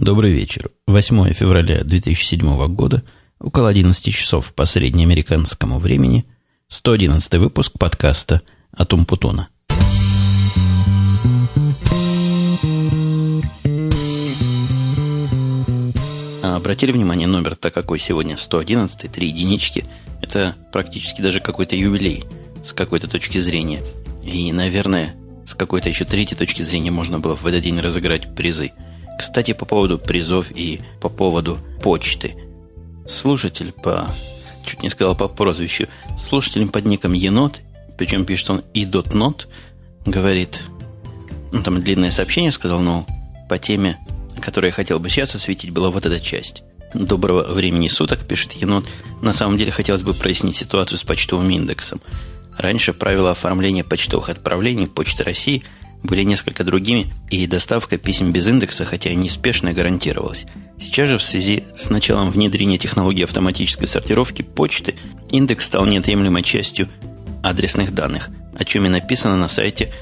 Добрый вечер. 8 февраля 2007 года, около 11 часов по среднеамериканскому времени, 111 выпуск подкаста «Атум Путуна». Обратили внимание, номер-то какой сегодня? 111, 3 единички. Это практически даже какой-то юбилей с какой-то точки зрения. И, наверное, с какой-то еще третьей точки зрения можно было в этот день разыграть призы. Кстати, по поводу призов и по поводу почты. Слушатель чуть не сказал по прозвищу, слушатель под ником Енот, причем пишет он и.not, говорит, там длинное сообщение сказал, но по теме, которую я хотел бы сейчас осветить, была вот эта часть. Доброго времени суток, пишет Енот. На самом деле хотелось бы прояснить ситуацию с почтовым индексом. Раньше правила оформления почтовых отправлений Почты России были несколько другими, и доставка писем без индекса, хотя и неспешно, гарантировалась. Сейчас же в связи с началом внедрения технологии автоматической сортировки почты, индекс стал неотъемлемой частью адресных данных, о чем и написано на сайте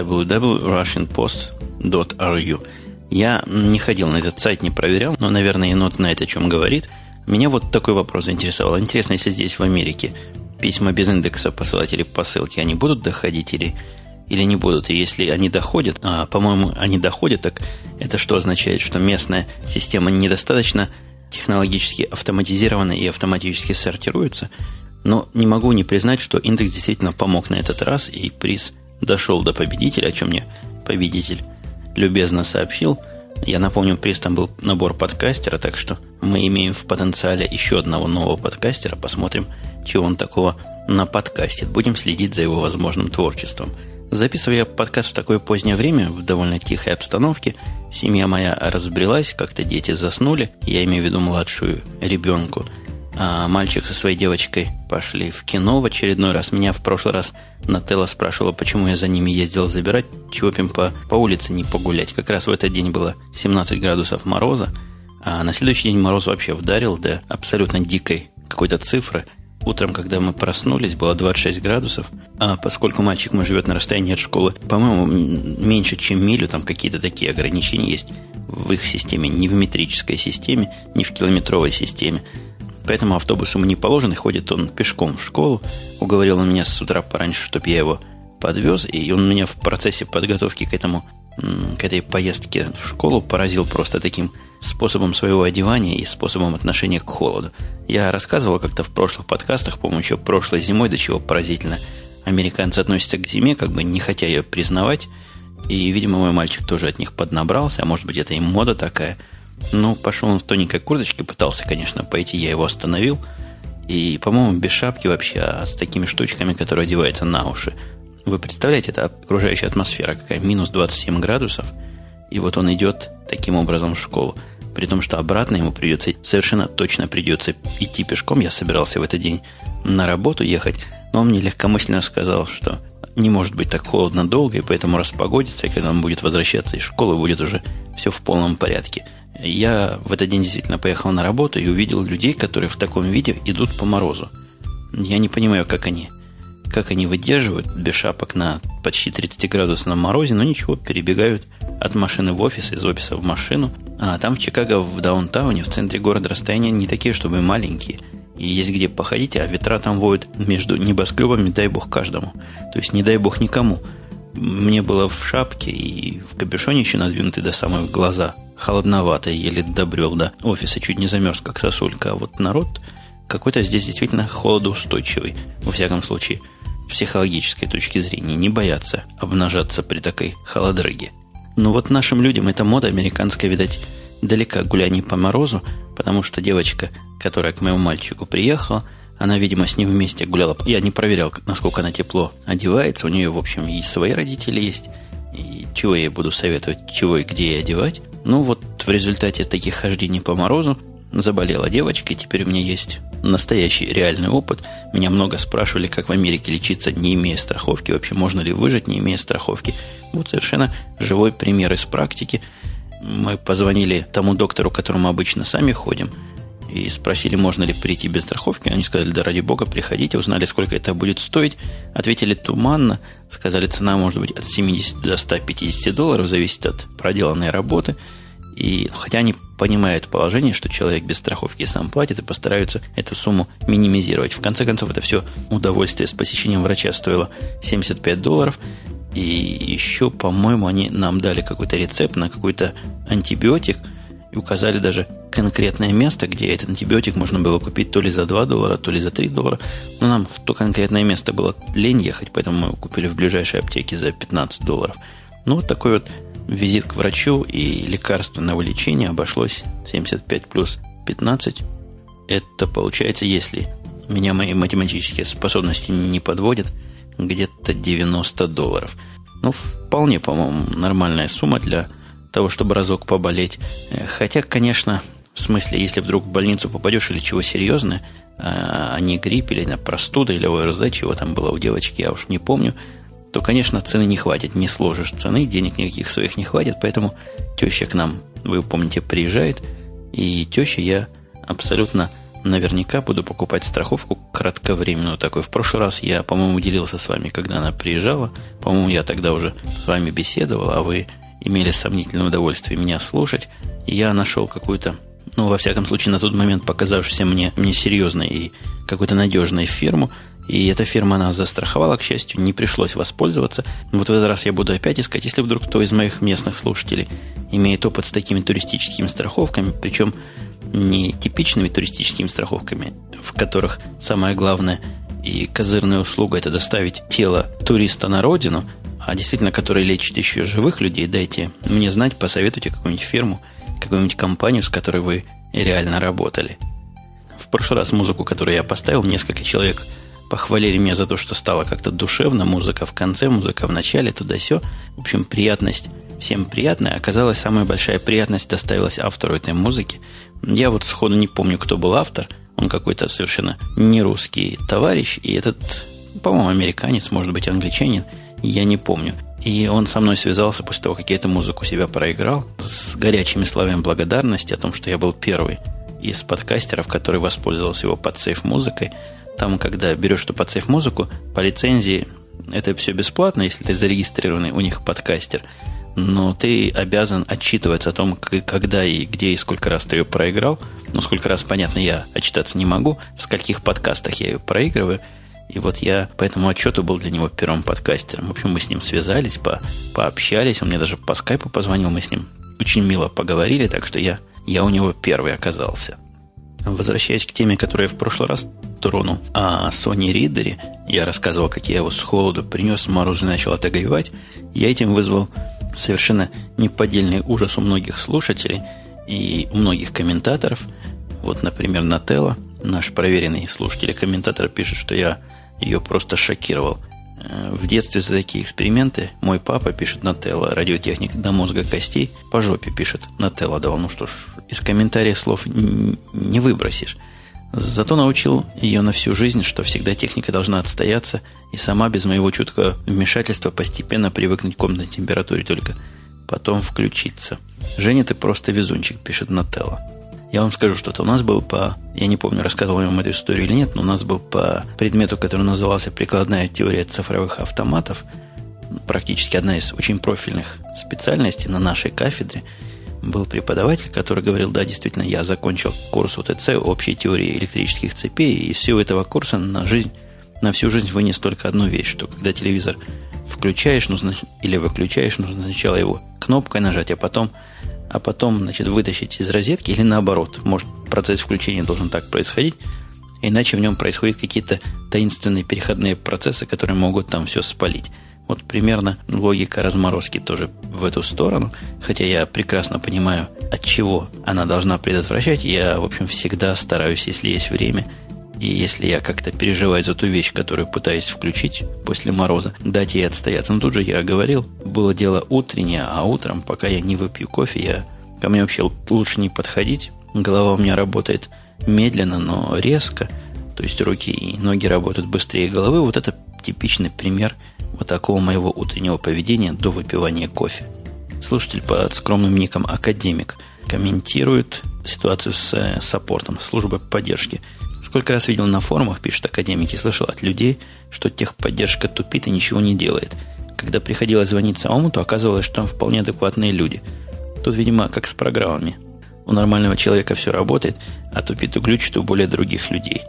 www.russianpost.ru. Я не ходил на этот сайт, не проверял, но, наверное, енот знает, о чем говорит. Меня вот такой вопрос заинтересовал. Интересно, если здесь, в Америке, письма без индекса посылать или посылки, они будут доходить или не будут? И если они доходят, по-моему, они доходят, так это что означает? Что местная система недостаточно технологически автоматизирована и автоматически сортируется? Но не могу не признать, что индекс действительно помог на этот раз, и приз дошел до победителя, о чем мне победитель любезно сообщил. Я напомню, приз там был набор подкастера, так что мы имеем в потенциале еще одного нового подкастера. Посмотрим, чего он такого наподкастит. Будем следить за его возможным творчеством. Записываю я подкаст в такое позднее время, в довольно тихой обстановке. Семья моя разбрелась, как-то дети заснули. Я имею в виду младшую ребенку. А мальчик со своей девочкой пошли в кино в очередной раз. Меня в прошлый раз Нателла спрашивала, почему я за ними ездил забирать, чего бы им по улице не погулять. Как раз в этот день было 17 градусов мороза, а на следующий день мороз вообще вдарил до абсолютно дикой какой-то цифры. Утром, когда мы проснулись, было 26 градусов, а поскольку мальчик мой живет на расстоянии от школы, по-моему, меньше, чем милю, там какие-то такие ограничения есть в их системе, не в метрической системе, не в километровой системе. Поэтому автобус ему не положен, и ходит он пешком в школу. Уговорил он меня с утра пораньше, чтобы я его подвез, и он меня в процессе подготовки к этой поездке в школу поразил просто таким способом своего одевания и способом отношения к холоду. Я рассказывал как-то в прошлых подкастах, по-моему, еще прошлой зимой, до чего поразительно американцы относятся к зиме, как бы не хотя ее признавать. И, видимо, мой мальчик тоже от них поднабрался, а может быть, это и мода такая. Ну, пошел он в тоненькой курточке, пытался, конечно, пойти, я его остановил. И, по-моему, без шапки вообще, а с такими штучками, которые одеваются на уши. Вы представляете, это окружающая атмосфера какая, минус 27 градусов. И вот он идет таким образом в школу. При том, что обратно ему совершенно точно придется идти пешком. Я собирался в этот день на работу ехать, но он мне легкомысленно сказал, что не может быть так холодно долго, и поэтому распогодится, и когда он будет возвращаться из школы, будет уже все в полном порядке. Я в этот день действительно поехал на работу и увидел людей, которые в таком виде идут по морозу. Я не понимаю, как они выдерживают без шапок на почти 30 градусном морозе, но ничего, перебегают от машины в офис, из офиса в машину. А там в Чикаго, в даунтауне, в центре города, расстояния не такие, чтобы маленькие. И есть где походить, а ветра там воют между небоскребами, дай бог каждому. То есть не дай бог никому. Мне было в шапке и в капюшоне еще надвинутый до самых глаза. Холодновато, еле добрел до офиса, чуть не замерз, как сосулька. А вот народ какой-то здесь действительно холодоустойчивый, во всяком случае, с психологической точки зрения. Не боятся обнажаться при такой холодрыге. Но вот нашим людям эта мода американская, видать, далека гуляний по морозу, потому что девочка, которая к моему мальчику приехала, она, видимо, с ним вместе гуляла. Я не проверял, насколько она тепло одевается. У нее, в общем, и свои родители есть. И чего я ей буду советовать, чего и где ей одевать. Ну, вот в результате таких хождений по морозу заболела девочка, и теперь у меня есть настоящий реальный опыт. Меня много спрашивали, как в Америке лечиться, не имея страховки. Вообще, можно ли выжить, не имея страховки. Вот совершенно живой пример из практики. Мы позвонили тому доктору, к которому обычно сами ходим, и спросили, можно ли прийти без страховки. Они сказали, да ради бога, приходите. Узнали, сколько это будет стоить. Ответили туманно. Сказали, цена может быть от 70 до $150, зависит от проделанной работы. И хотя они понимают положение, что человек без страховки сам платит, и постараются эту сумму минимизировать. В конце концов, это все удовольствие с посещением врача стоило $75. И еще, по-моему, они нам дали какой-то рецепт на какой-то антибиотик и указали даже конкретное место, где этот антибиотик можно было купить то ли за $2, то ли за $3. Но нам в то конкретное место было лень ехать, поэтому мы его купили в ближайшей аптеке за $15. Ну, вот такой вот визит к врачу и лекарственного лечения обошлось 75 плюс 15. Это получается, если меня мои математические способности не подводят, где-то $90. Ну, вполне, по-моему, нормальная сумма для того, чтобы разок поболеть. Хотя, конечно, в смысле, если вдруг в больницу попадешь или чего серьезное, а не грипп или простуда или ОРЗ, чего там было у девочки, я уж не помню, то, конечно, цены не хватит. Не сложишь цены, денег никаких своих не хватит, поэтому теща к нам, вы помните, приезжает, и теще я абсолютно наверняка буду покупать страховку кратковременную такой. В прошлый раз я, по-моему, делился с вами, когда она приезжала. По-моему, я тогда уже с вами беседовал, а вы имели сомнительное удовольствие меня слушать. И я нашел какую-то, ну, во всяком случае, на тот момент показавшуюся мне серьезной и какую-то надежную фирму. И эта фирма нас застраховала, к счастью, не пришлось воспользоваться. Вот в этот раз я буду опять искать. Если вдруг кто из моих местных слушателей имеет опыт с такими туристическими страховками, причем не типичными туристическими страховками, в которых самое главное и козырная услуга – это доставить тело туриста на родину, а действительно, которые лечат еще живых людей, дайте мне знать, посоветуйте какую-нибудь фирму, какую-нибудь компанию, с которой вы реально работали. В прошлый раз музыку, которую я поставил, несколько человек похвалили меня за то, что стало как-то душевно. Музыка в конце, музыка в начале, туда-сё. В общем, приятность всем приятная. Оказалось, самая большая приятность доставилась автору этой музыки. Я вот сходу не помню, кто был автор. Он какой-то совершенно не русский товарищ. И этот, по-моему, американец, может быть, англичанин. Я не помню. И он со мной связался после того, как я эту музыку себя проиграл, с горячими словами благодарности о том, что я был первый из подкастеров, который воспользовался его подсейф музыкой. Там, когда берешь эту подсейф музыку, по лицензии это все бесплатно, если ты зарегистрированный у них подкастер. Но ты обязан отчитываться о том, когда и где и сколько раз ты ее проиграл. Ну, сколько раз, понятно, я отчитаться не могу, в скольких подкастах я ее проигрываю. И вот я по этому отчету был для него первым подкастером. В общем, мы с ним связались, пообщались. Он мне даже по скайпу позвонил, мы с ним очень мило поговорили, так что я у него первый оказался. Возвращаясь к теме, которую я в прошлый раз тронул, о Sony Reader, я рассказывал, как я его с холоду принес, морозу начал отогревать. Я этим вызвал совершенно неподдельный ужас у многих слушателей и у многих комментаторов. Вот, например, Нателла, наш проверенный слушатель и комментатор, пишет, что я ее просто шокировал. В детстве за такие эксперименты мой папа, пишет Нателла, радиотехник до мозга костей, по жопе пишет Нателла дал. Ну что ж, из комментариев слов не выбросишь. Зато научил ее на всю жизнь, что всегда техника должна отстояться и сама без моего чуткого вмешательства постепенно привыкнуть к комнатной температуре, только потом включиться. Женя, ты просто везунчик, пишет Нателла. Я вам скажу что-то. У нас был я не помню, рассказывал я вам эту историю или нет, но у нас был по предмету, который назывался «Прикладная теория цифровых автоматов», практически одна из очень профильных специальностей на нашей кафедре, был преподаватель, который говорил, да, действительно, я закончил курс УТЦ общей теории электрических цепей, и из всего этого курса на всю жизнь вынес только одну вещь, что когда телевизор включаешь или выключаешь, нужно сначала его кнопкой нажать, а потом, значит, вытащить из розетки, или наоборот. Может, процесс включения должен так происходить, иначе в нем происходят какие-то таинственные переходные процессы, которые могут там все спалить. Вот примерно логика разморозки тоже в эту сторону. Хотя я прекрасно понимаю, от чего она должна предотвращать. Я, в общем, всегда стараюсь, если есть время, и если я как-то переживаю за ту вещь, которую пытаюсь включить после мороза, дать ей отстояться. Но тут же я говорил, было дело утреннее, а утром, пока я не выпью кофе, ко мне вообще лучше не подходить. Голова у меня работает медленно, но резко. То есть руки и ноги работают быстрее головы. Вот это типичный пример вот такого моего утреннего поведения до выпивания кофе. Слушатель под скромным ником «Академик» комментирует ситуацию с саппортом, службой поддержки. Сколько раз видел на форумах, пишет Академик, и слышал от людей, что техподдержка тупит и ничего не делает. Когда приходилось звонить самому, то оказывалось, что там вполне адекватные люди. Тут, видимо, как с программами. У нормального человека все работает, а тупит и глючит у более других людей.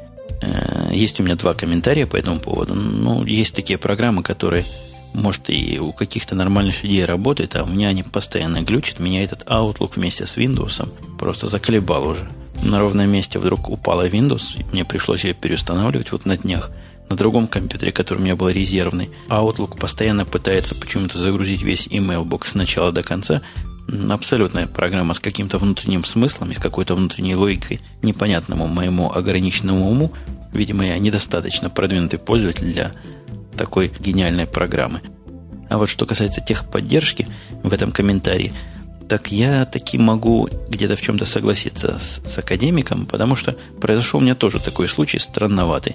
Есть у меня 2 комментария по этому поводу. Ну, есть такие программы, которые, может, и у каких-то нормальных людей работают, а у меня они постоянно глючат. Меня этот Outlook вместе с Windows просто заколебал уже. На ровном месте вдруг упала Windows, и мне пришлось ее переустанавливать вот на днях. На другом компьютере, который у меня был резервный, Outlook постоянно пытается почему-то загрузить весь emailbox с начала до конца. Абсолютная программа с каким-то внутренним смыслом и с какой-то внутренней логикой, непонятному моему ограниченному уму. Видимо, я недостаточно продвинутый пользователь для такой гениальной программы. А вот что касается техподдержки в этом комментарии, так я таки могу где-то в чем-то согласиться с академиком, потому что произошел у меня тоже такой случай странноватый.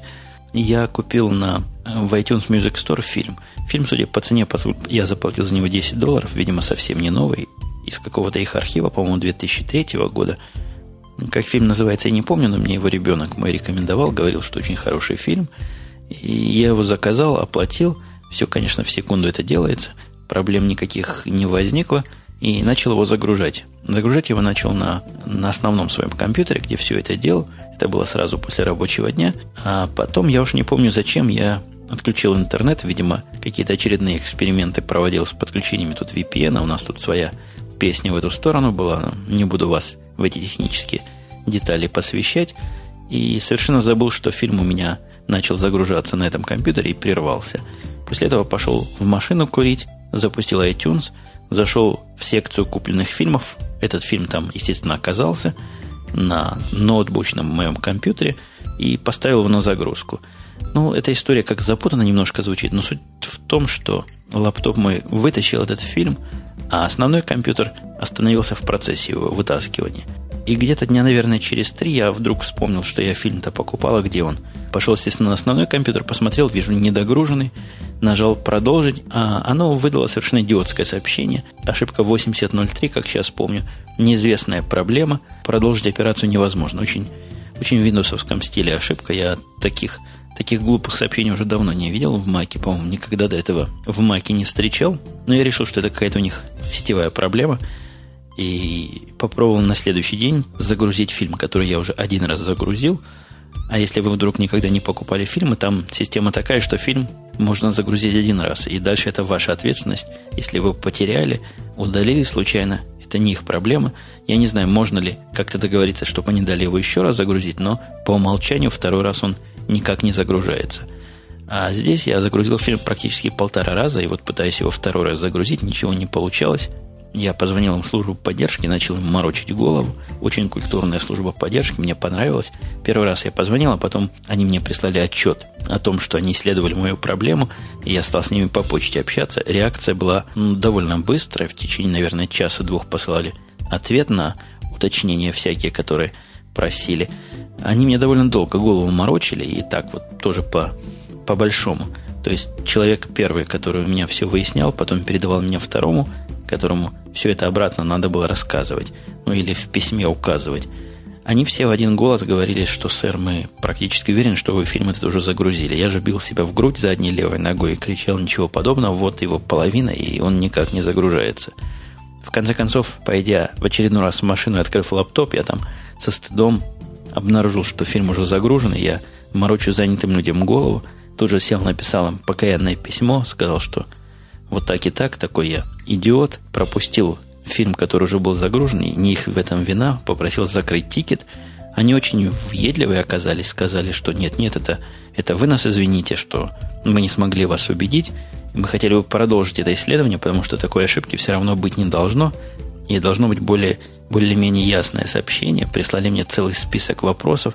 Я купил в iTunes Music Store фильм. Фильм, судя по цене, я заплатил за него $10, видимо, совсем не новый, из какого-то их архива, по-моему, 2003 года. Как фильм называется, я не помню, но мне его ребенок мой рекомендовал, говорил, что очень хороший фильм. И я его заказал, оплатил. Все, конечно, в секунду это делается. Проблем никаких не возникло. И начал его загружать. Загружать его начал на основном своем компьютере, где все это делал. Это было сразу после рабочего дня. А потом, я уж не помню зачем, я отключил интернет. Видимо, какие-то очередные эксперименты проводил с подключениями тут VPN. У нас тут своя песня в эту сторону была. Не буду вас в эти технические детали посвящать. И совершенно забыл, что фильм у меня начал загружаться на этом компьютере и прервался. После этого пошел в машину курить, запустил iTunes, зашел в секцию купленных фильмов. Этот фильм там, естественно, оказался на ноутбучном моем компьютере и поставил его на загрузку. Ну, эта история как запутанно немножко звучит, но суть в том, что лаптоп мой вытащил этот фильм, а основной компьютер остановился в процессе его вытаскивания. И где-то дня, наверное, через 3 я вдруг вспомнил, что я фильм-то покупал, а где он? Пошел, естественно, на основной компьютер, посмотрел, вижу, недогруженный, нажал «Продолжить», а оно выдало совершенно идиотское сообщение. Ошибка 8003, как сейчас помню, неизвестная проблема, продолжить операцию невозможно. Очень, очень в виндовсовском стиле ошибка. Я таких глупых сообщений уже давно не видел в Маке, по-моему, никогда до этого в Маке не встречал. Но я решил, что это какая-то у них сетевая проблема. И попробовал на следующий день загрузить фильм, который я уже 1 раз загрузил. А если вы вдруг никогда не покупали фильмы, там система такая, что фильм можно загрузить 1 раз. И дальше это ваша ответственность. Если вы потеряли, удалили случайно, это не их проблема. Я не знаю, можно ли как-то договориться, чтобы они дали его еще раз загрузить, но по умолчанию 2-й раз он никак не загружается. А здесь я загрузил фильм практически 1,5 раза, и вот пытаясь его 2-й раз загрузить, ничего не получалось. Я позвонил им в службу поддержки, начал им морочить голову. Очень культурная служба поддержки, мне понравилось. 1-й раз я позвонил, а потом они мне прислали отчет о том, что они исследовали мою проблему, и я стал с ними по почте общаться. Реакция была довольно быстрая, в течение, наверное, 1-2 посылали ответ на уточнения всякие, которые просили. Они мне довольно долго голову морочили, и так вот тоже по-большому. То есть человек первый, который у меня все выяснял, потом передавал меня второму, которому все это обратно надо было рассказывать, ну или в письме указывать. Они все в один голос говорили, что, сэр, мы практически уверены, что вы фильм этот уже загрузили. Я же бил себя в грудь задней левой ногой и кричал, ничего подобного, вот его половина, и он никак не загружается. В конце концов, пойдя в очередной раз в машину и открыв лаптоп, я там со стыдом обнаружил, что фильм уже загружен, и я морочу занятым людям голову. Тут же сел, написал им покаянное письмо, сказал, что вот так и так, такой я идиот, пропустил фильм, который уже был загружен, и не их в этом вина, попросил закрыть тикет. Они очень въедливые оказались, сказали, что нет, это вы нас извините, что мы не смогли вас убедить, мы хотели бы продолжить это исследование, потому что такой ошибки все равно быть не должно, и должно быть более-менее ясное сообщение. Прислали мне целый список вопросов,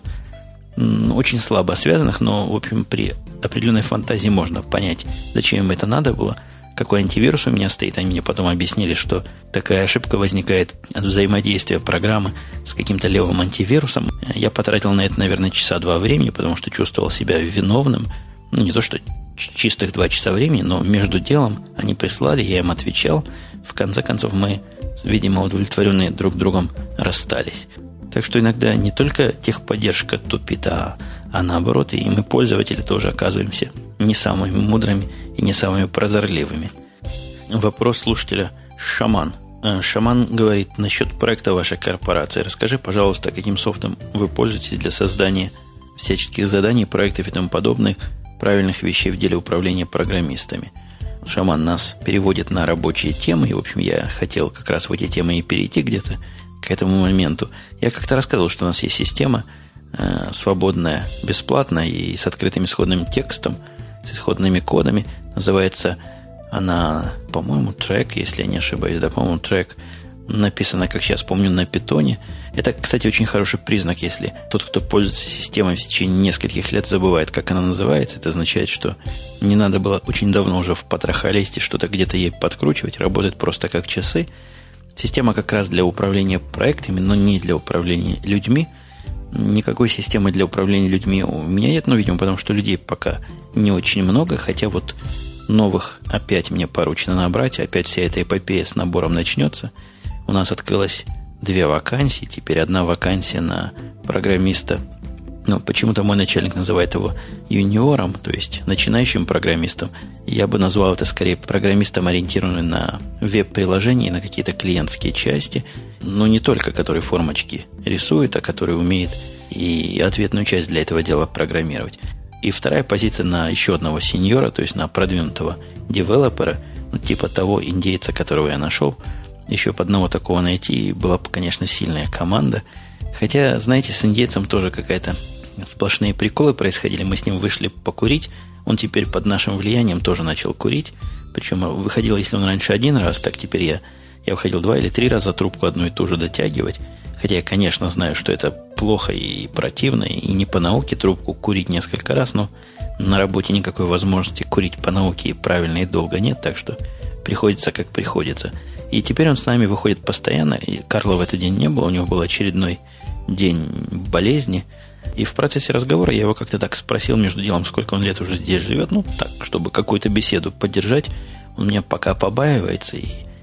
очень слабо связанных, но, в общем, при определенной фантазии можно понять, зачем им это надо было, какой антивирус у меня стоит. Они мне потом объяснили, что такая ошибка возникает от взаимодействия программы с каким-то левым антивирусом. Я потратил на это, наверное, 2 часа времени, потому что чувствовал себя виновным. Ну, не то, что чистых 2 часа времени, но между делом они прислали, я им отвечал. В конце концов, мы, видимо, удовлетворенные друг другом расстались. Так что иногда не только техподдержка тупит, а наоборот, и мы, пользователи, тоже оказываемся не самыми мудрыми и не самыми прозорливыми. Вопрос слушателя Шаман. Шаман говорит, насчет проекта вашей корпорации. Расскажи, пожалуйста, каким софтом вы пользуетесь для создания всяческих заданий, проектов и тому подобных правильных вещей в деле управления программистами. Шаман нас переводит на рабочие темы, и, в общем, я хотел как раз в эти темы и перейти где-то к этому моменту. Я как-то рассказывал, что у нас есть система свободная, бесплатная и с открытым исходным текстом, с исходными кодами. Называется она, по-моему, трек, если я не ошибаюсь, да, по-моему, трек. Написано, как сейчас помню, на питоне. Это, кстати, очень хороший признак, если тот, кто пользуется системой в течение нескольких лет, забывает, как она называется. Это означает, что не надо было очень давно уже в потроха лезть и что-то где-то ей подкручивать. Работает просто как часы. Система как раз для управления проектами, но не для управления людьми. Никакой системы для управления людьми у меня нет, но, видимо, потому что людей пока не очень много, хотя вот новых опять мне поручено набрать, опять вся эта эпопея с набором начнется. У нас открылось 2 вакансии, теперь 1 вакансия на программиста. Но почему-то мой начальник называет его юниором, то есть начинающим программистом. Я бы назвал это скорее программистом, ориентированным на веб-приложения и на какие-то клиентские части. Но не только, который формочки рисует, а который умеет и ответную часть для этого дела программировать. И 2 позиция на еще одного сеньора, то есть на продвинутого девелопера, ну, типа того индейца, которого я нашел. Еще по одного такого найти была бы, конечно, сильная команда. Хотя, знаете, с индейцем тоже какая-то сплошные приколы происходили. Мы с ним вышли покурить. Он теперь под нашим влиянием тоже начал курить. Причем выходил, если он раньше 1 раз, так теперь я выходил 2 или 3 раза трубку одну и ту же дотягивать. Хотя я, конечно, знаю, что это плохо и противно, и не по науке трубку курить несколько раз, но на работе никакой возможности курить по науке и правильно и долго нет, так что приходится как приходится. И теперь он с нами выходит постоянно, и Карла в этот день не было, у него был очередной день болезни. И в процессе разговора я его как-то так спросил между делом, сколько он лет уже здесь живет, ну так, чтобы какую-то беседу поддержать. Он меня пока побаивается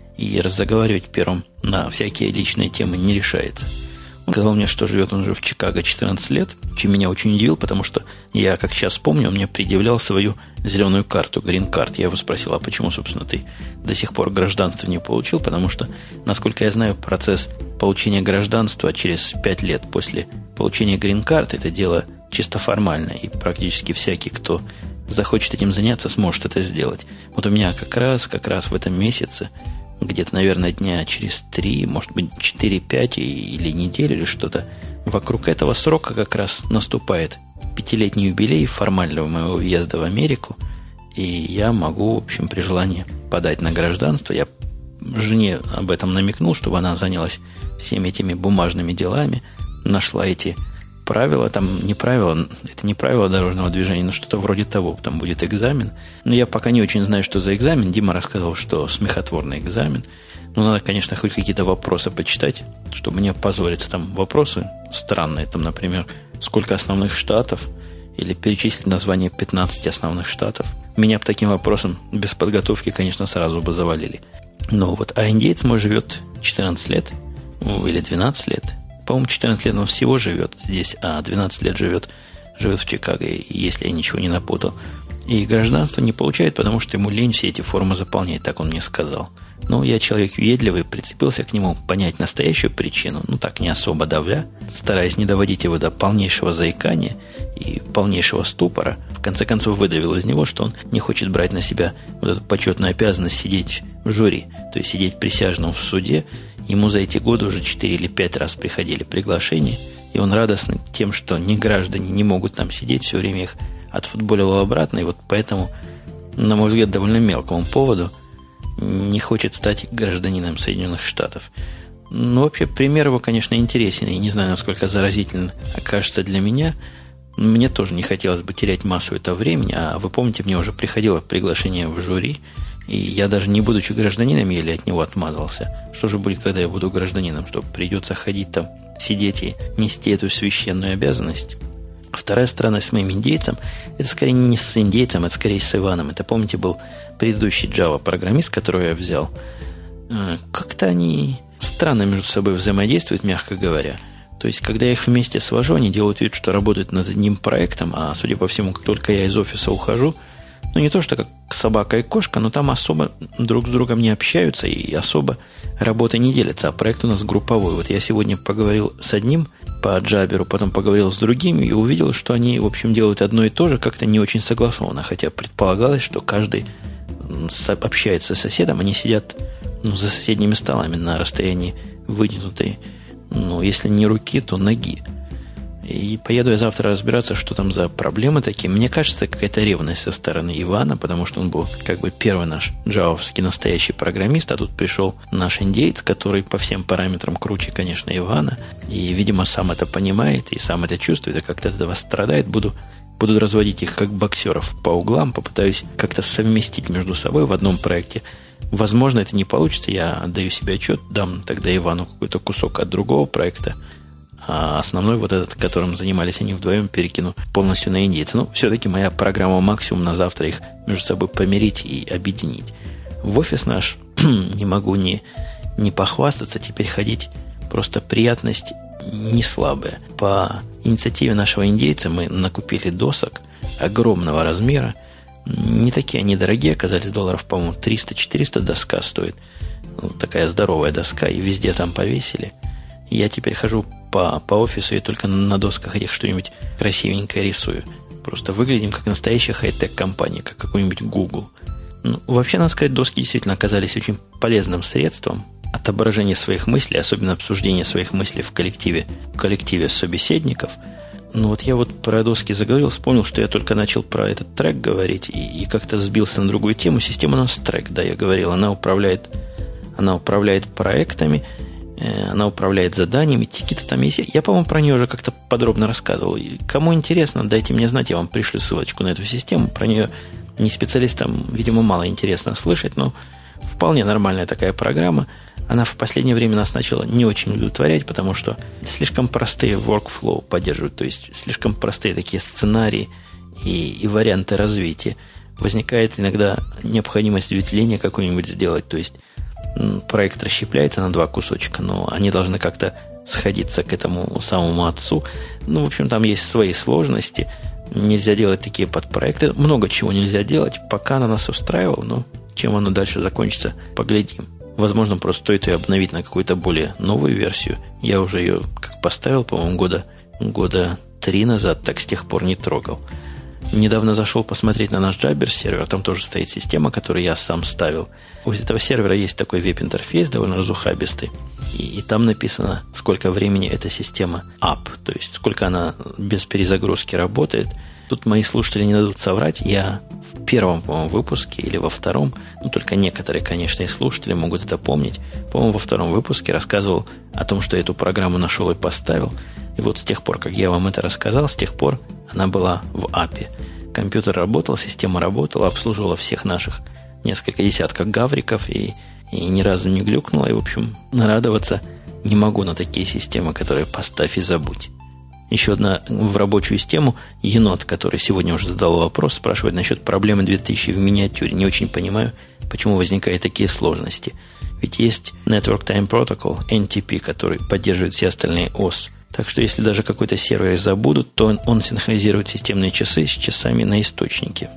и разговаривать первым на всякие личные темы не решается. Он сказал мне, что живет он уже в Чикаго 14 лет, чем меня очень удивил, потому что я, как сейчас помню, он мне предъявлял свою зеленую карту, грин-карт. Я его спросил, а почему, собственно, ты до сих пор гражданство не получил? Потому что, насколько я знаю, процесс получения гражданства через 5 лет после получения грин-карты – это дело чисто формальное, и практически всякий, кто захочет этим заняться, сможет это сделать. Вот у меня как раз в этом месяце, где-то, наверное, дня через 3, может быть, 4-5 или неделю или что-то, вокруг этого срока как раз наступает 5-летний юбилей формального моего въезда в Америку, и я могу, в общем, при желании подать на гражданство. Я жене об этом намекнул, чтобы она занялась всеми этими бумажными делами, нашла эти правила, там не правила, это не правила дорожного движения, но что-то вроде того, там будет экзамен. Но я пока не очень знаю, что за экзамен. Дима рассказал, что смехотворный экзамен. Но надо, конечно, хоть какие-то вопросы почитать, чтобы мне позволиться там вопросы странные, там, например, сколько основных штатов, или перечислить название 15 основных штатов. Меня бы таким вопросом без подготовки, конечно, сразу бы завалили. Но вот, а индеец мой живет 14 лет, или 12 лет. По-моему, 14 лет он всего живет здесь, а 12 лет живет в Чикаго, если я ничего не напутал. И гражданство не получает, потому что ему лень все эти формы заполнять, так он мне сказал. Но я человек въедливый, прицепился к нему понять настоящую причину, ну так, не особо давля, стараясь не доводить его до полнейшего заикания и полнейшего ступора. В конце концов выдавил из него, что он не хочет брать на себя вот эту почетную обязанность сидеть в жюри, то есть сидеть присяжным в суде. Ему за эти годы уже 4 или 5 раз приходили приглашения, и он радостный тем, что не граждане не могут там сидеть, все время их отфутболил обратно, и вот поэтому, на мой взгляд, довольно мелкому поводу не хочет стать гражданином Соединенных Штатов. Ну, вообще, пример его, конечно, интересен, и не знаю, насколько заразителен окажется для меня. Мне тоже не хотелось бы терять массу этого времени, а вы помните, мне уже приходило приглашение в жюри, и я даже не будучи гражданином, еле от него отмазался. Что же будет, когда я буду гражданином? Что придется ходить там, сидеть и нести эту священную обязанность? Вторая сторона с моим индейцем, это скорее не с индейцем, это скорее с Иваном. Это, помните, был предыдущий Java-программист, которого я взял. Как-то они странно между собой взаимодействуют, мягко говоря. То есть, когда я их вместе свожу, они делают вид, что работают над одним проектом, а, судя по всему, как только я из офиса ухожу, ну, не то, что как собака и кошка, но там особо друг с другом не общаются и особо работа не делится, а проект у нас групповой. Вот я сегодня поговорил с одним по Джаберу, потом поговорил с другим и увидел, что они, в общем, делают одно и то же, как-то не очень согласованно, хотя предполагалось, что каждый общается с соседом, они сидят за соседними столами на расстоянии вытянутой, если не руки, то ноги. И поеду я завтра разбираться, что там за проблемы такие. Мне кажется, какая-то ревность со стороны Ивана, потому что он был как бы первый наш джавовский настоящий программист, а тут пришел наш индеец, который по всем параметрам круче, конечно, Ивана. И, видимо, сам это понимает и сам это чувствует, и как-то от этого страдает. Буду разводить их как боксеров по углам, попытаюсь как-то совместить между собой в одном проекте. Возможно, это не получится, я отдаю себе отчет, дам тогда Ивану какой-то кусок от другого проекта, а основной вот этот, которым занимались они вдвоем, перекину полностью на индейца. Но все-таки моя программа максимум на завтра их между собой помирить и объединить. В офис наш не могу не похвастаться, теперь ходить просто приятность не слабая. По инициативе нашего индейца мы накупили досок огромного размера. Не такие они дорогие, оказались долларов, по-моему, 300-400 доска стоит. Такая здоровая доска, и везде там повесили. Я теперь хожу по офису и только на досках этих что-нибудь красивенькое рисую. Просто выглядим как настоящая хай-тек компания, как какой-нибудь Google. Вообще, надо сказать, доски действительно оказались очень полезным средством отображения своих мыслей, особенно обсуждения своих мыслей в коллективе собеседников. Я про доски заговорил, вспомнил, что я только начал про этот трек говорить и как-то сбился на другую тему. Система у нас трек, да, я говорил, она управляет проектами, она управляет заданиями, тикеты там есть. Я, по-моему, про нее уже как-то подробно рассказывал. И кому интересно, дайте мне знать, я вам пришлю ссылочку на эту систему. Про нее не специалистам, видимо, мало интересно слышать, но вполне нормальная такая программа. Она в последнее время нас начала не очень удовлетворять, потому что слишком простые workflow поддерживают, то есть слишком простые такие сценарии и варианты развития. Возникает иногда необходимость ветвления какое-нибудь сделать, то есть проект расщепляется на два кусочка, но они должны как-то сходиться к этому самому отцу. В общем, там есть свои сложности. Нельзя делать такие подпроекты. Много чего нельзя делать. Пока она нас устраивала, но чем оно дальше закончится, поглядим. Возможно, просто стоит ее обновить на какую-то более новую версию. Я уже ее как поставил, по-моему, года 3 назад, так с тех пор не трогал. Недавно зашел посмотреть на наш Jabber сервер. Там тоже стоит система, которую я сам ставил. У этого сервера есть такой веб-интерфейс, довольно разухабистый. И там написано, сколько времени эта система up, то есть сколько она без перезагрузки работает. Тут мои слушатели не дадут соврать. Я в первом, по-моему, выпуске или во втором, только некоторые, конечно, и слушатели могут это помнить. По-моему, во втором выпуске рассказывал о том, что эту программу нашел и поставил. И вот с тех пор, как я вам это рассказал, с тех пор она была в API. Компьютер работал, система работала, обслуживала всех наших несколько десятков гавриков и ни разу не глюкнула. И, в общем, нарадоваться не могу на такие системы, которые поставь и забудь. Еще одна в рабочую систему енот, который сегодня уже задал вопрос, спрашивает насчет проблемы 2000 в миниатюре. Не очень понимаю, почему возникают такие сложности. Ведь есть Network Time Protocol, NTP, который поддерживает все остальные OS. Так что если даже какой-то сервер забудут, то он синхронизирует системные часы с часами на источнике.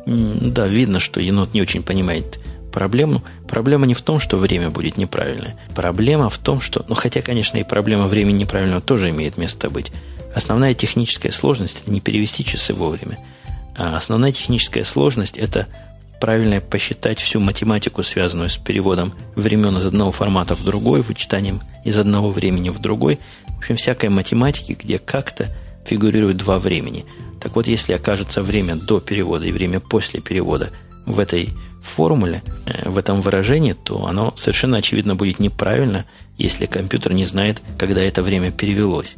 Да, видно, что енот не очень понимает проблему. Проблема не в том, что время будет неправильное. Проблема в том, что... хотя, конечно, и проблема времени неправильного тоже имеет место быть. Основная техническая сложность – это не перевести часы вовремя. А основная техническая сложность – это правильно посчитать всю математику, связанную с переводом времен из одного формата в другой, вычитанием из одного времени в другой. В общем, всякой математики, где как-то фигурирует два времени. Так вот, если окажется время до перевода и время после перевода в этой формуле, в этом выражении, то оно совершенно очевидно будет неправильно, если компьютер не знает, когда это время перевелось.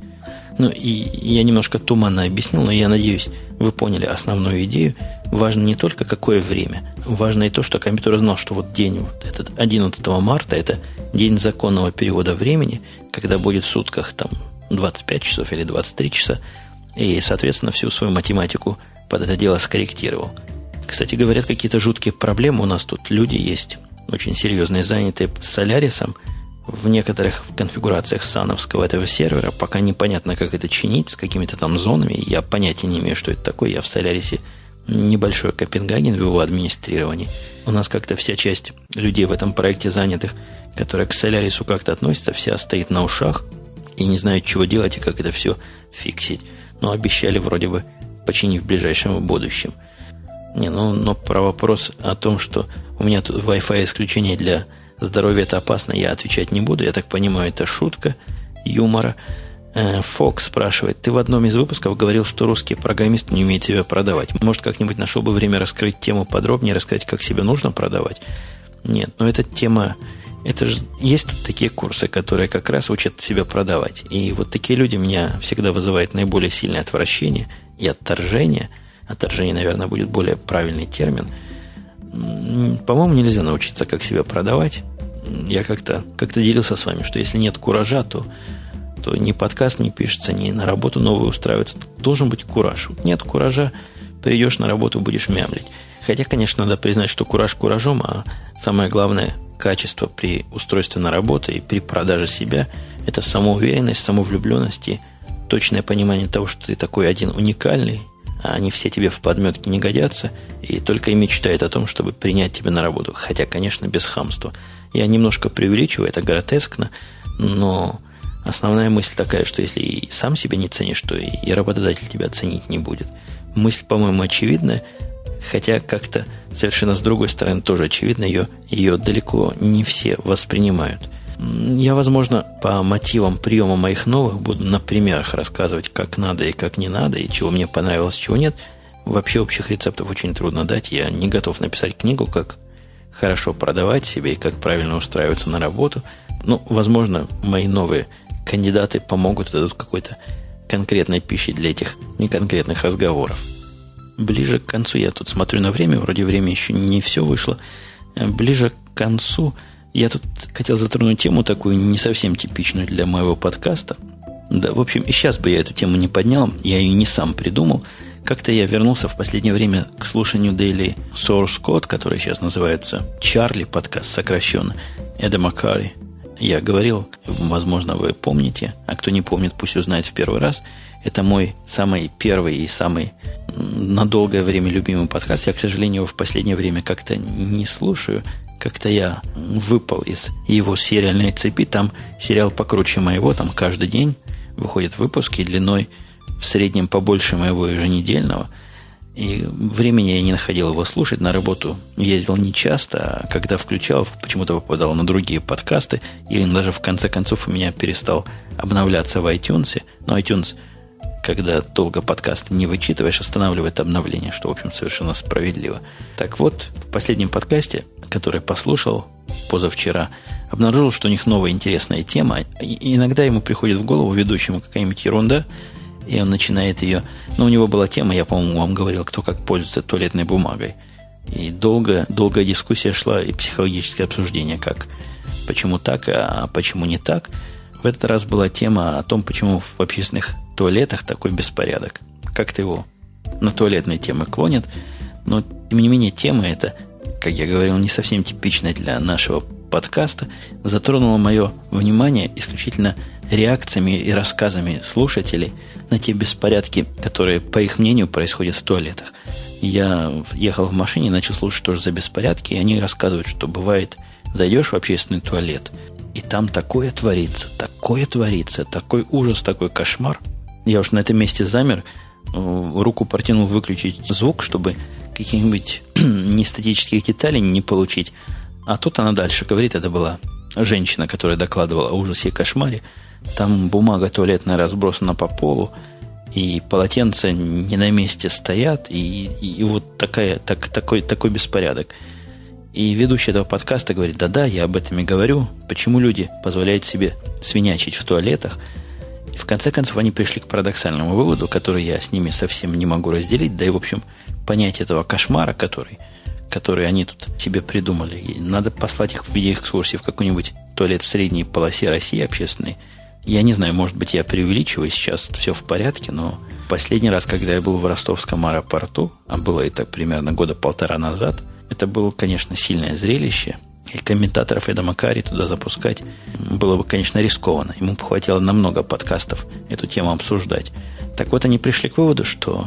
И я немножко туманно объяснил, но я надеюсь, вы поняли основную идею. Важно не только какое время, важно и то, что компьютер знал, что вот день, этот 11 марта, это день законного перевода времени, когда будет в сутках там 25 часов или 23 часа, и, соответственно, всю свою математику под это дело скорректировал. Кстати, говорят, какие-то жуткие проблемы у нас тут. Люди есть очень серьезные, занятые Солярисом. В некоторых конфигурациях сановского этого сервера пока непонятно, как это чинить, с какими-то там зонами. Я понятия не имею, что это такое. Я в Солярисе небольшой Копенгаген в его администрировании. У нас как-то вся часть людей в этом проекте занятых, которые к Солярису как-то относятся, вся стоит на ушах и не знают, чего делать и как это все фиксить. Но обещали вроде бы починить в ближайшем будущем. Но про вопрос о том, что у меня тут Wi-Fi исключение для здоровья, это опасно, я отвечать не буду. Я так понимаю, это шутка юмора. Фокс спрашивает, ты в одном из выпусков говорил, что русские программисты не умеют себя продавать. Может, как-нибудь нашел бы время раскрыть тему подробнее, рассказать, как себя нужно продавать? Нет, но эта тема, это же есть тут такие курсы, которые как раз учат себя продавать. И вот такие люди меня всегда вызывают наиболее сильное отвращение и отторжение. Отторжение, наверное, будет более правильный термин. По-моему, нельзя научиться, как себя продавать. Я как-то делился с вами, что если нет куража, то ни подкаст не пишется, ни на работу новую устраивается. Должен быть кураж. Вот нет куража, придешь на работу, будешь мямлить. Хотя, конечно, надо признать, что кураж куражом, а самое главное качество при устройстве на работу и при продаже себя – это самоуверенность, самовлюбленность и точное понимание того, что ты такой один уникальный, а они все тебе в подметке не годятся, и только и мечтают о том, чтобы принять тебя на работу. Хотя, конечно, без хамства. Я немножко преувеличиваю, это гротескно, но основная мысль такая, что если и сам себя не ценишь, то и работодатель тебя ценить не будет. Мысль, по-моему, очевидная, хотя как-то совершенно с другой стороны тоже очевидно, ее далеко не все воспринимают. Я, возможно, по мотивам приема моих новых буду на примерах рассказывать, как надо и как не надо, и чего мне понравилось, чего нет. Вообще общих рецептов очень трудно дать. Я не готов написать книгу, как хорошо продавать себе и как правильно устраиваться на работу. Возможно, мои новые кандидаты помогут, дадут какой-то конкретной пищи для этих неконкретных разговоров. Ближе к концу, я тут смотрю на время, вроде время еще не все вышло. Ближе к концу я тут хотел затронуть тему такую не совсем типичную для моего подкаста. Да, в общем, и сейчас бы я эту тему не поднял, я ее не сам придумал. Как-то я вернулся в последнее время к слушанию Daily Source Code, который сейчас называется Чарли подкаст, сокращенно, Эда Маккари. Я говорил, возможно, вы помните, а кто не помнит, пусть узнает в первый раз. Это мой самый первый и самый на долгое время любимый подкаст. Я, к сожалению, его в последнее время как-то не слушаю. Как-то я выпал из его сериальной цепи. Там сериал покруче моего, там каждый день выходят выпуски длиной в среднем побольше моего еженедельного. И времени я не находил его слушать. На работу ездил нечасто, а когда включал, почему-то попадал на другие подкасты. И даже в конце концов у меня перестал обновляться в iTunes. Но iTunes, когда долго подкасты не вычитываешь, останавливает обновление, что, в общем, совершенно справедливо. Так вот, в последнем подкасте, который послушал позавчера, обнаружил, что у них новая интересная тема. И иногда ему приходит в голову ведущему какая-нибудь ерунда, и он начинает ее... у него была тема, я, по-моему, вам говорил, кто как пользуется туалетной бумагой. И долгая дискуссия шла, и психологическое обсуждение, как почему так, а почему не так. В этот раз была тема о том, почему в общественных туалетах такой беспорядок. Как-то его на туалетные темы клонят. Но, тем не менее, тема эта, как я говорил, не совсем типичная для нашего подкаста, затронула мое внимание исключительно реакциями и рассказами слушателей на те беспорядки, которые, по их мнению, происходят в туалетах. Я ехал в машине и начал слушать тоже за беспорядки, и они рассказывают, что бывает, зайдешь в общественный туалет, и там такой ужас, такой кошмар. Я уж на этом месте замер, руку протянул выключить звук, чтобы каких-нибудь нестатических деталей не получить. А тут она дальше говорит, это была женщина, которая докладывала о ужасе и кошмаре. Там бумага туалетная разбросана по полу, и полотенца не на месте стоят, и вот такой беспорядок. И ведущий этого подкаста говорит, да, я об этом и говорю, почему люди позволяют себе свинячить в туалетах. И в конце концов они пришли к парадоксальному выводу, который я с ними совсем не могу разделить, да и, в общем, понять этого кошмара, который они тут себе придумали. И надо послать их в виде экскурсии в какой-нибудь туалет в средней полосе России общественной. Я не знаю, может быть, я преувеличиваю, сейчас все в порядке, но последний раз, когда я был в ростовском аэропорту, а было это примерно года 1,5 назад, это было, конечно, сильное зрелище. И комментаторов Эда Маккари туда запускать было бы, конечно, рискованно. Ему бы хватило на много подкастов эту тему обсуждать. Так вот, они пришли к выводу, что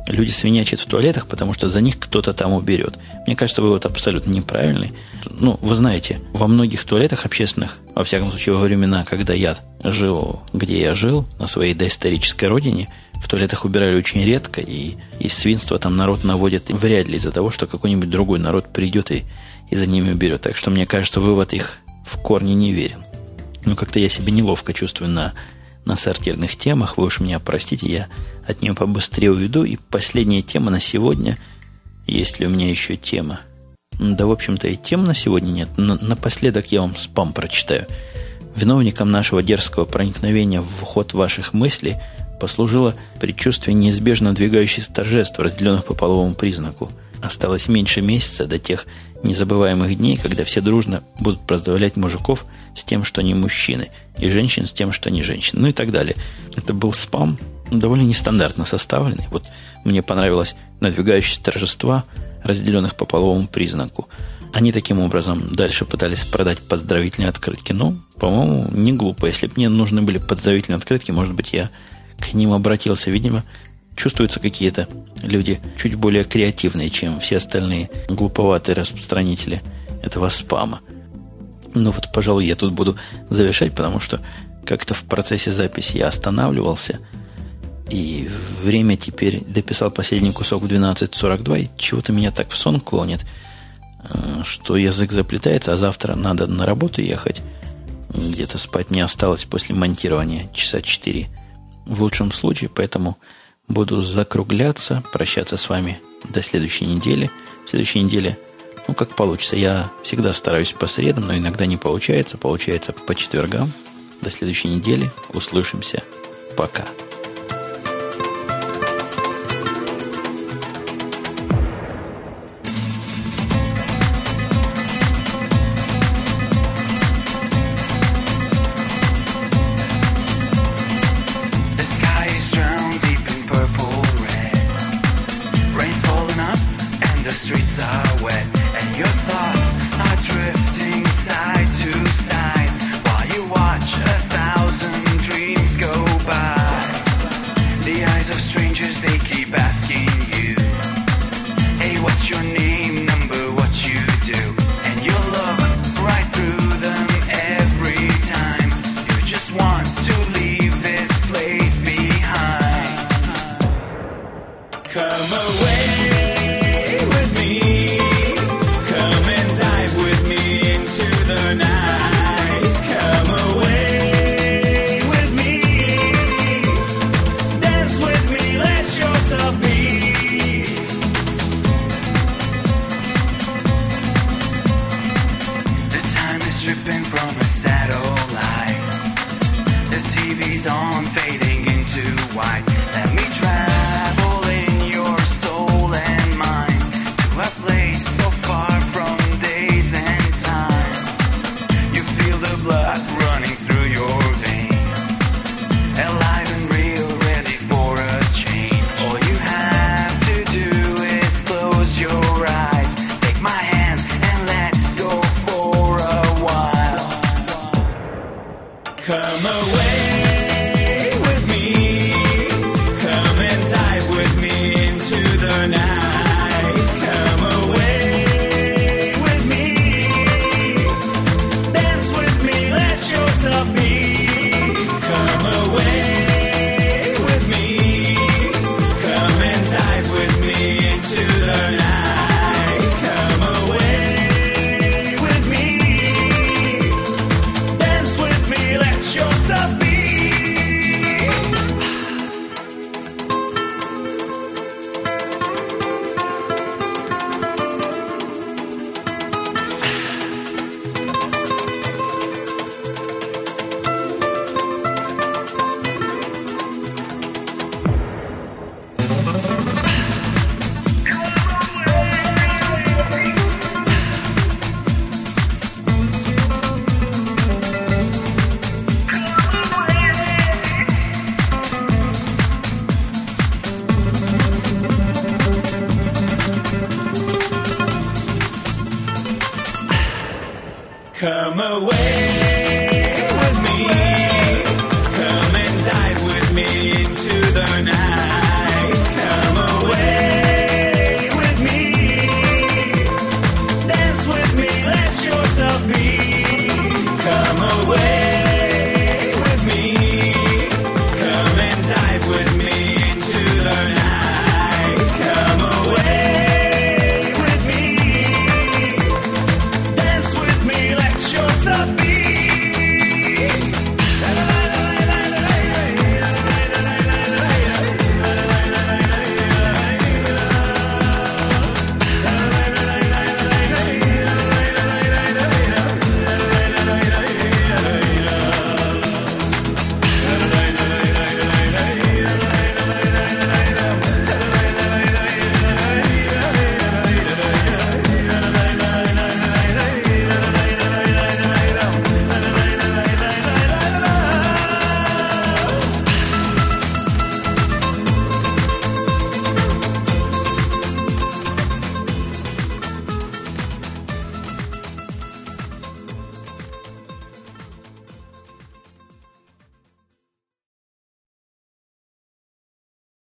люди свинячат в туалетах, потому что за них кто-то там уберет. Мне кажется, вывод абсолютно неправильный. Ну, вы знаете, во многих туалетах общественных, во всяком случае, во времена, когда я жил, где я жил, на своей доисторической родине, в туалетах убирали очень редко, и свинство там народ наводит вряд ли из-за того, что какой-нибудь другой народ придет и за ними уберет. Так что, мне кажется, вывод их в корне неверен. Ну, как-то я себя неловко чувствую на сортирных темах. Вы уж меня простите, я от нее побыстрее уйду. И последняя тема на сегодня. Есть ли у меня еще тема? Да, в общем-то, и тем на сегодня нет. Напоследок я вам спам прочитаю. Виновником нашего дерзкого проникновения в ход ваших мыслей послужило предчувствие неизбежно надвигающихся торжеств, разделенных по половому признаку. Осталось меньше месяца до тех незабываемых дней, когда все дружно будут поздравлять мужиков с тем, что они мужчины, и женщин с тем, что они женщины, ну и так далее. Это был спам, довольно нестандартно составленный. Вот мне понравилось надвигающиеся торжества, разделенных по половому признаку. Они таким образом дальше пытались продать поздравительные открытки. Ну, по-моему, не глупо. Если бы мне нужны были поздравительные открытки, может быть, я к ним обратился. Видимо, чувствуются какие-то люди чуть более креативные, чем все остальные глуповатые распространители этого спама. Ну вот, пожалуй, я тут буду завершать, потому что как-то в процессе записи я останавливался, и время теперь дописал последний кусок в 12:42, и чего-то меня так в сон клонит, что язык заплетается, а завтра надо на работу ехать. Где-то спать не осталось после монтирования часа 4 в лучшем случае, поэтому буду закругляться, прощаться с вами до следующей недели. В следующей неделе, ну, как получится. Я всегда стараюсь по средам, но иногда не получается. Получается по четвергам. До следующей недели. Услышимся. Пока.